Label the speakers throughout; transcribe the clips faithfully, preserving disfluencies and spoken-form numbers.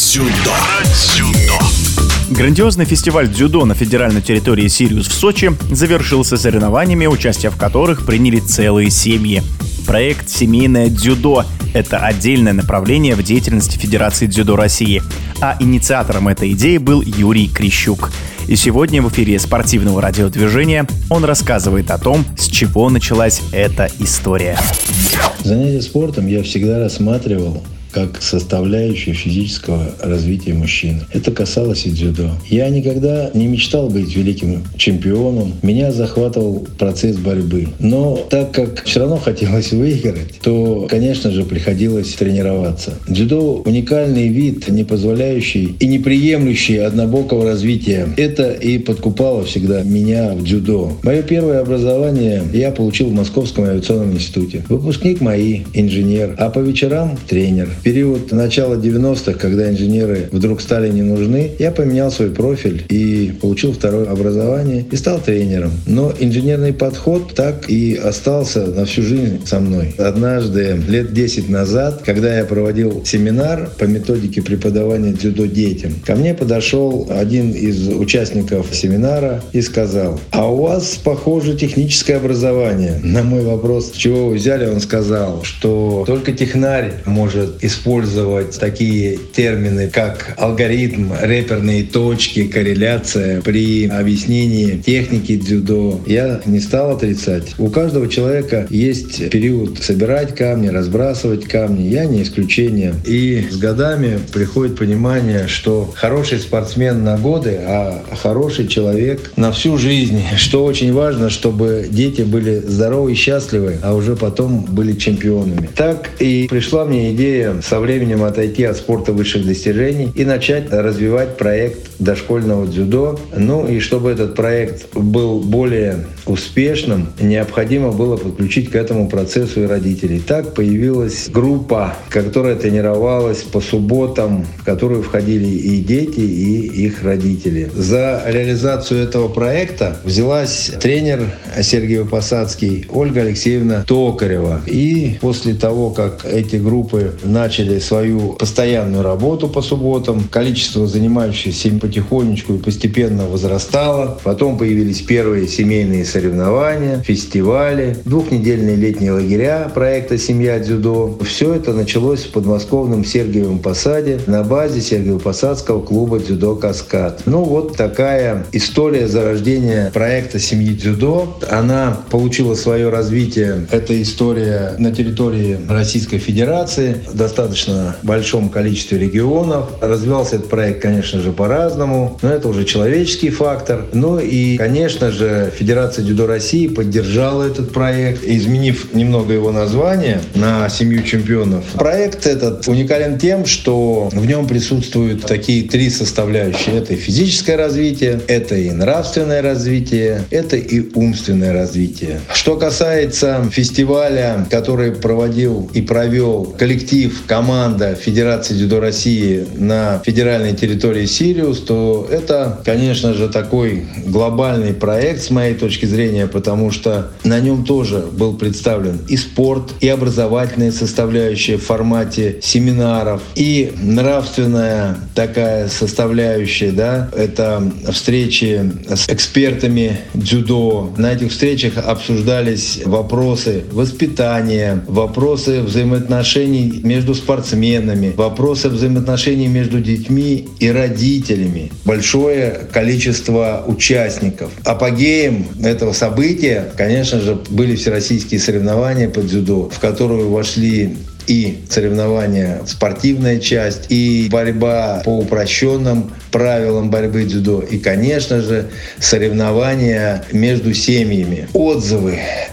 Speaker 1: дзюдо. Про дзюдо.
Speaker 2: Грандиозный фестиваль дзюдо на федеральной территории Сириус в Сочи завершился соревнованиями, участие в которых приняли целые семьи. Проект «Семейное дзюдо» — это отдельное направление в деятельности Федерации дзюдо России. А инициатором этой идеи был Юрий Крищук. И сегодня в эфире спортивного радиодвижения он рассказывает о том, с чего началась эта история.
Speaker 3: Занятия спортом я всегда рассматривал как составляющую физического развития мужчины. Это касалось и дзюдо. Я никогда не мечтал быть великим чемпионом. Меня захватывал процесс борьбы. Но так как все равно хотелось выиграть, то, конечно же, приходилось тренироваться. Дзюдо — уникальный вид, не позволяющий и не приемлющий однобокого развития. Это и подкупало всегда меня в дзюдо. Мое первое образование я получил в Московском авиационном институте. Выпускник МАИ, инженер, а по вечерам тренер. В период начала девяностых, когда инженеры вдруг стали не нужны, я поменял свой профиль и получил второе образование и стал тренером. Но инженерный подход так и остался на всю жизнь со мной. Однажды, лет десять назад, когда я проводил семинар по методике преподавания дзюдо детям, ко мне подошел один из участников семинара и сказал: «А у вас, похоже, техническое образование». На мой вопрос, с чего вы взяли, он сказал, что только технарь может использовать такие термины, как алгоритм, реперные точки, корреляция при объяснении техники дзюдо. Я не стал отрицать. У каждого человека есть период собирать камни, разбрасывать камни. Я не исключение. И с годами приходит понимание, что хороший спортсмен на годы, а хороший человек на всю жизнь. Что очень важно, чтобы дети были здоровы и счастливы, а уже потом были чемпионами. Так и пришла мне идея со временем отойти от спорта высших достижений и начать развивать проект дошкольного дзюдо. Ну и чтобы этот проект был более успешным, необходимо было подключить к этому процессу и родителей. Так появилась группа, которая тренировалась по субботам, в которую входили и дети, и их родители. За реализацию этого проекта взялась тренер Сергиево-Посадский Ольга Алексеевна Токарева. И после того, как эти группы начали свою постоянную работу по субботам, количество занимающихся потихонечку и постепенно возрастало. Потом появились первые семейные соревнования, фестивали, двухнедельные летние лагеря проекта «Семья дзюдо». Все это началось в подмосковном Сергиевом Посаде на базе Сергиево-Посадского клуба дзюдо «Каскад». Ну вот такая история зарождения проекта «Семьи дзюдо». Она получила свое развитие. Эта история на территории Российской Федерации, достаточно большом количестве регионов. Развивался этот проект, конечно же, по-разному, но это уже человеческий фактор. Ну и, конечно же, Федерация дзюдо России поддержала этот проект, изменив немного его название на «Семью чемпионов». Проект этот уникален тем, что в нем присутствуют такие три составляющие. Это и физическое развитие, это и нравственное развитие, это и умственное развитие. Что касается фестиваля, который проводил и провел коллектив, команда Федерации дзюдо России на федеральной территории Сириус, то это, конечно же, такой глобальный проект с моей точки зрения, потому что на нем тоже был представлен и спорт, и образовательная составляющая в формате семинаров, и нравственная такая составляющая, да, это встречи с экспертами дзюдо. На этих встречах обсуждались вопросы воспитания, вопросы взаимоотношений между спортсменами, вопросы взаимоотношений между детьми и родителями. Большое количество участников. Апогеем этого события, конечно же, были всероссийские соревнования по дзюдо, в которую вошли и соревнования, спортивная часть, и борьба по упрощенным правилам борьбы дзюдо, и, конечно же, соревнования между семьями. Отзывы,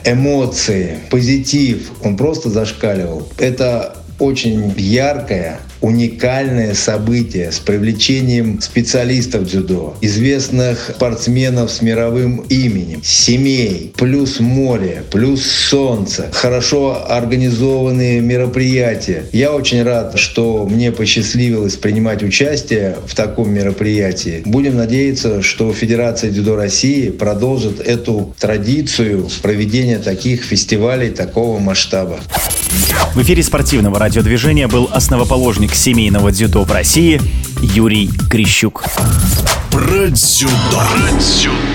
Speaker 3: эмоции, позитив, он просто зашкаливал. Это очень яркое, уникальное событие с привлечением специалистов дзюдо, известных спортсменов с мировым именем, семей, плюс море, плюс солнце, хорошо организованные мероприятия. Я очень рад, что мне посчастливилось принимать участие в таком мероприятии. Будем надеяться, что Федерация дзюдо России продолжит эту традицию проведения таких фестивалей такого масштаба.
Speaker 2: В эфире спортивного радиодвижения был основоположник семейного дзюдо в России Юрий Грищук.
Speaker 1: Про дзюдо. Про дзюдо.